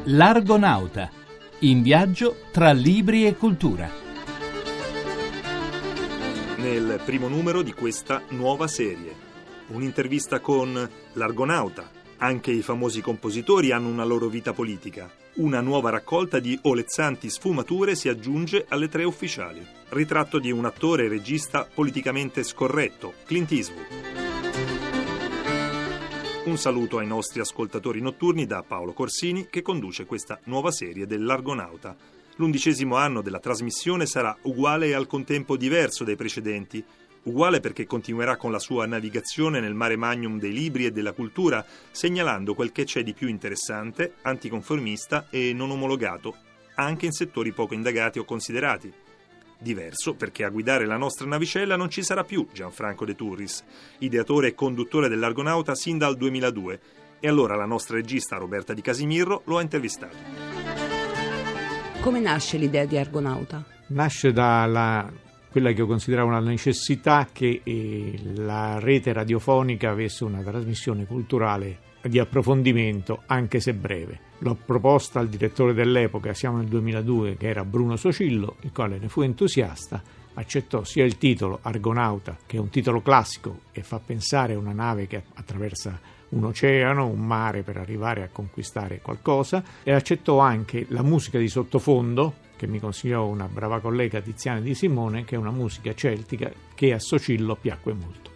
L'Argonauta, in viaggio tra libri e cultura. Nel primo numero di questa nuova serie, un'intervista con l'Argonauta. Anche i famosi compositori hanno una loro vita politica. Una nuova raccolta di olezzanti sfumature si aggiunge alle tre ufficiali. Ritratto di un attore e regista politicamente scorretto, Clint Eastwood. Un saluto ai nostri ascoltatori notturni da Paolo Corsini, che conduce questa nuova serie dell'Argonauta. L'11° anno della trasmissione sarà uguale e al contempo diverso dai precedenti. Uguale perché continuerà con la sua navigazione nel mare magnum dei libri e della cultura, segnalando quel che c'è di più interessante, anticonformista e non omologato, anche in settori poco indagati o considerati. Diverso perché a guidare la nostra navicella non ci sarà più Gianfranco De Turris, ideatore e conduttore dell'Argonauta sin dal 2002, e allora la nostra regista Roberta Di Casimirro lo ha intervistato. Come nasce l'idea di Argonauta? Nasce da quella che io consideravo una necessità che la rete radiofonica avesse una trasmissione culturale di approfondimento, anche se breve. L'ho proposta al direttore dell'epoca, siamo nel 2002, che era Bruno Socillo, il quale ne fu entusiasta, accettò sia il titolo Argonauta, che è un titolo classico e fa pensare a una nave che attraversa un oceano, un mare per arrivare a conquistare qualcosa, e accettò anche la musica di sottofondo, che mi consigliò una brava collega Tiziana Di Simone, che è una musica celtica che a Socillo piacque molto.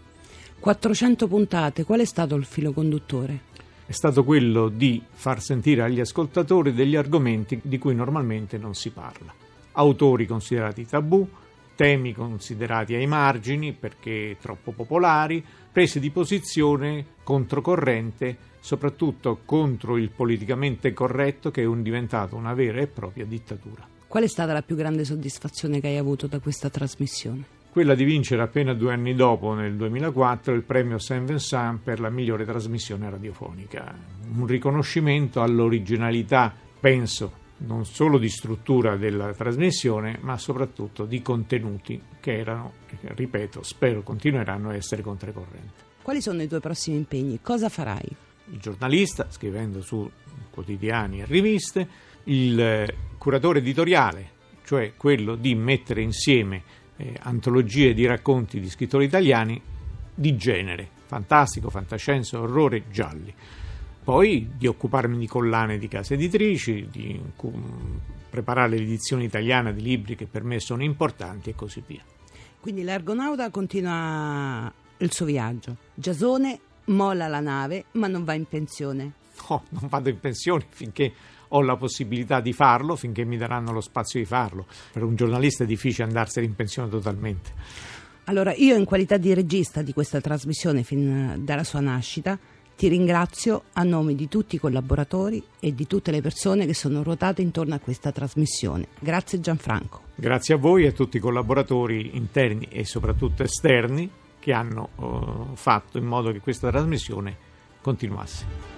400 puntate, qual è stato il filo conduttore? È stato quello di far sentire agli ascoltatori degli argomenti di cui normalmente non si parla. Autori considerati tabù, temi considerati ai margini perché troppo popolari, prese di posizione controcorrente, soprattutto contro il politicamente corretto che è diventato una vera e propria dittatura. Qual è stata la più grande soddisfazione che hai avuto da questa trasmissione? Quella di vincere appena 2 anni dopo, nel 2004, il premio Saint-Vincent per la migliore trasmissione radiofonica. Un riconoscimento all'originalità, penso, non solo di struttura della trasmissione, ma soprattutto di contenuti che erano, ripeto, spero continueranno a essere controcorrente. Quali sono i tuoi prossimi impegni? Cosa farai? Il giornalista, scrivendo su quotidiani e riviste, il curatore editoriale, cioè quello di mettere insieme antologie di racconti di scrittori italiani di genere, fantastico, fantascienza, orrore, gialli. Poi di occuparmi di collane di case editrici, di preparare l'edizione italiana di libri che per me sono importanti e così via. Quindi l'Argonauta continua il suo viaggio. Giasone molla la nave ma non va in pensione. No, non vado in pensione finché ho la possibilità di farlo, finché mi daranno lo spazio di farlo. Per un giornalista è difficile andarsene in pensione totalmente. Allora, io in qualità di regista di questa trasmissione fin dalla sua nascita ti ringrazio a nome di tutti i collaboratori e di tutte le persone che sono ruotate intorno a questa trasmissione. Grazie Gianfranco. Grazie a voi e a tutti i collaboratori interni e soprattutto esterni che hanno fatto in modo che questa trasmissione continuasse.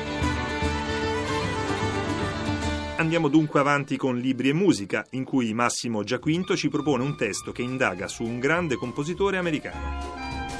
Andiamo dunque avanti con Libri e musica, in cui Massimo Giaquinto ci propone un testo che indaga su un grande compositore americano.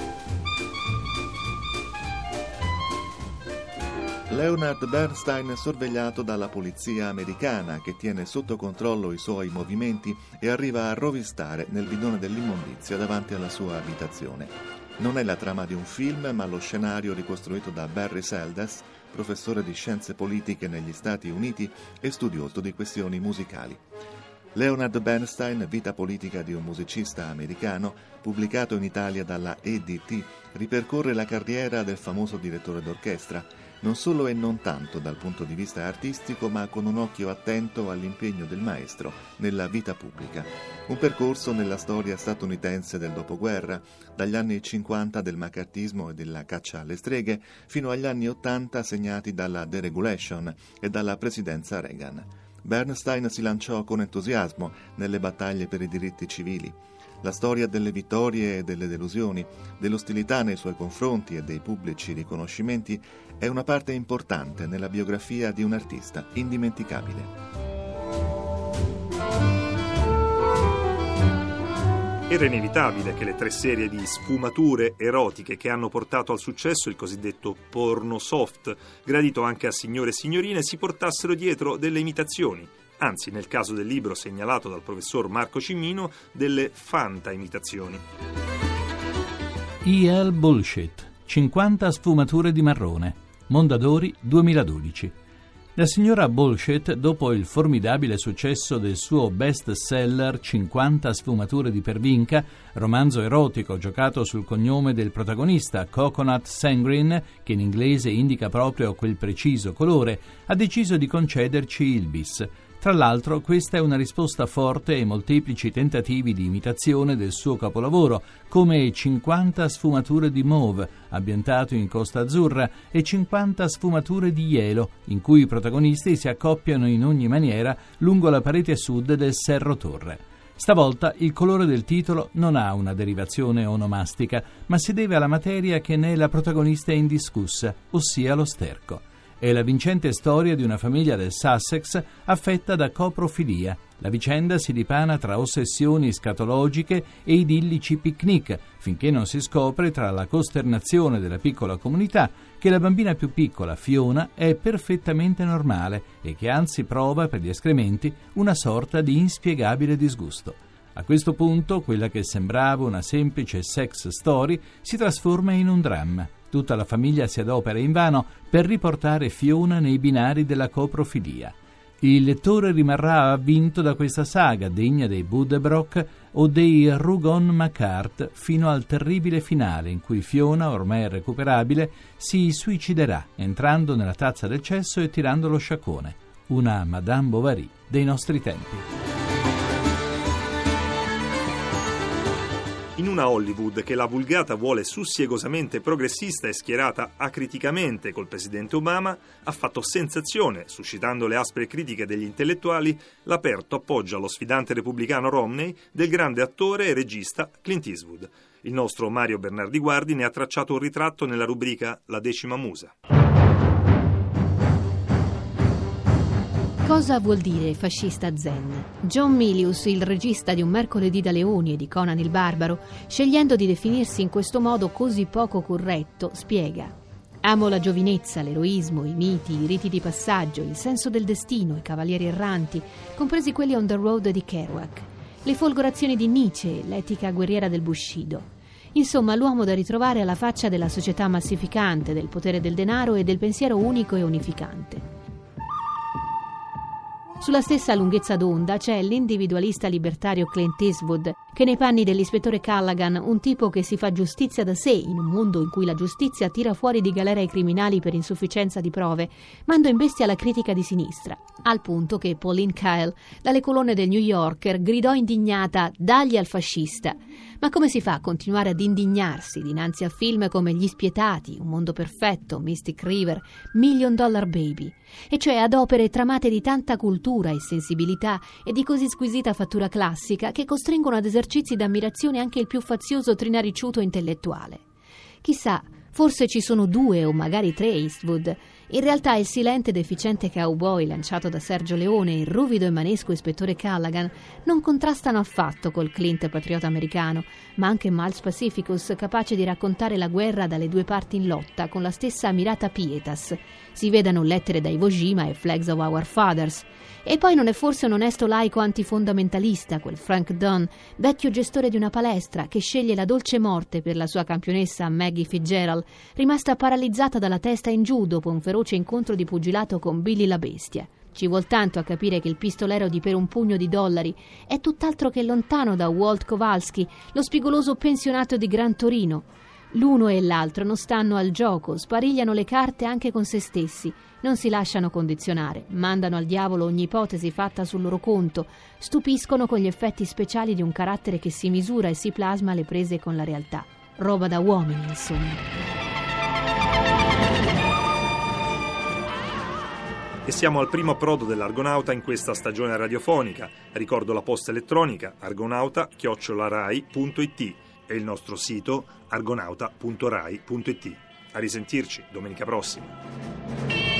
Leonard Bernstein è sorvegliato dalla polizia americana che tiene sotto controllo i suoi movimenti e arriva a rovistare nel bidone dell'immondizia davanti alla sua abitazione. Non è la trama di un film, ma lo scenario ricostruito da Barry Seldes, professore di scienze politiche negli Stati Uniti e studioso di questioni musicali. Leonard Bernstein, vita politica di un musicista americano, pubblicato in Italia dalla EDT, ripercorre la carriera del famoso direttore d'orchestra, non solo e non tanto dal punto di vista artistico, ma con un occhio attento all'impegno del maestro nella vita pubblica. Un percorso nella storia statunitense del dopoguerra, dagli anni 50 del maccartismo e della caccia alle streghe, fino agli anni 80 segnati dalla deregulation e dalla presidenza Reagan. Bernstein si lanciò con entusiasmo nelle battaglie per i diritti civili. La storia delle vittorie e delle delusioni, dell'ostilità nei suoi confronti e dei pubblici riconoscimenti è una parte importante nella biografia di un artista indimenticabile. Era inevitabile che le 3 serie di sfumature erotiche che hanno portato al successo il cosiddetto porno soft, gradito anche a signore e signorine, si portassero dietro delle imitazioni, anzi, nel caso del libro segnalato dal professor Marco Cimino, delle fanta-imitazioni. E.L. Bullshit, 50 sfumature di marrone, Mondadori 2012. La signora Bullshit, dopo il formidabile successo del suo best seller 50 sfumature di Pervinca, romanzo erotico giocato sul cognome del protagonista, Coconut Sanguine, che in inglese indica proprio quel preciso colore, ha deciso di concederci il bis. Tra l'altro, questa è una risposta forte ai molteplici tentativi di imitazione del suo capolavoro, come 50 sfumature di mauve, ambientato in Costa Azzurra, e 50 sfumature di Ielo, in cui i protagonisti si accoppiano in ogni maniera lungo la parete sud del Cerro Torre. Stavolta il colore del titolo non ha una derivazione onomastica, ma si deve alla materia che ne è la protagonista indiscussa, ossia lo sterco. È la vincente storia di una famiglia del Sussex affetta da coprofilia. La vicenda si dipana tra ossessioni scatologiche e idillici picnic, finché non si scopre, tra la costernazione della piccola comunità, che la bambina più piccola, Fiona, è perfettamente normale e che anzi prova per gli escrementi una sorta di inspiegabile disgusto. A questo punto, quella che sembrava una semplice sex story si trasforma in un dramma. Tutta la famiglia si adopera invano per riportare Fiona nei binari della coprofilia. Il lettore rimarrà avvinto da questa saga, degna dei Buddenbrook o dei Rougon-Macquart, fino al terribile finale in cui Fiona, ormai irrecuperabile, si suiciderà entrando nella tazza del cesso e tirando lo sciacquone. Una Madame Bovary dei nostri tempi. In una Hollywood che la vulgata vuole sussiegosamente progressista e schierata acriticamente col presidente Obama, ha fatto sensazione, suscitando le aspre critiche degli intellettuali, l'aperto appoggio allo sfidante repubblicano Romney del grande attore e regista Clint Eastwood. Il nostro Mario Bernardi Guardi ne ha tracciato un ritratto nella rubrica La decima musa. Cosa vuol dire fascista zen? John Milius, il regista di Un mercoledì da leoni e di Conan il barbaro, scegliendo di definirsi in questo modo così poco corretto, spiega: amo la giovinezza, l'eroismo, i miti, i riti di passaggio, il senso del destino, i cavalieri erranti, compresi quelli on the road di Kerouac, le folgorazioni di Nietzsche, l'etica guerriera del Bushido. Insomma, l'uomo da ritrovare alla faccia della società massificante, del potere del denaro e del pensiero unico e unificante. Sulla stessa lunghezza d'onda c'è l'individualista libertario Clint Eastwood, che nei panni dell'ispettore Callaghan, un tipo che si fa giustizia da sé in un mondo in cui la giustizia tira fuori di galera i criminali per insufficienza di prove, manda in bestia la critica di sinistra, al punto che Pauline Kael, dalle colonne del New Yorker, gridò indignata: dagli al fascista. Ma come si fa a continuare ad indignarsi dinanzi a film come Gli Spietati, Un mondo perfetto, Mystic River, Million Dollar Baby, e cioè ad opere tramate di tanta cultura e sensibilità e di così squisita fattura classica che costringono ad esercizi d'ammirazione anche il più fazioso trinariciuto intellettuale? Chissà, forse ci sono 2 o magari 3 Eastwood. In realtà il silente ed efficiente cowboy lanciato da Sergio Leone e il ruvido e manesco ispettore Callaghan non contrastano affatto col Clint patriota americano, ma anche Miles Pacificus, capace di raccontare la guerra dalle 2 parti in lotta con la stessa mirata pietas. Si vedano Lettere da Iwo Jima e Flags of Our Fathers. E poi non è forse un onesto laico antifondamentalista quel Frank Dunn, vecchio gestore di una palestra, che sceglie la dolce morte per la sua campionessa Maggie Fitzgerald, rimasta paralizzata dalla testa in giù dopo un feroce incontro di pugilato con Billy la Bestia. Ci vuol tanto a capire che il pistolero di Per un pugno di dollari è tutt'altro che lontano da Walt Kowalski, lo spigoloso pensionato di Gran Torino. L'uno e l'altro non stanno al gioco, sparigliano le carte anche con se stessi, non si lasciano condizionare, mandano al diavolo ogni ipotesi fatta sul loro conto, stupiscono con gli effetti speciali di un carattere che si misura e si plasma alle prese con la realtà. Roba da uomini, insomma. E siamo al primo approdo dell'Argonauta in questa stagione radiofonica. Ricordo la posta elettronica argonauta@rai.it e il nostro sito argonauta.rai.it. A risentirci domenica prossima.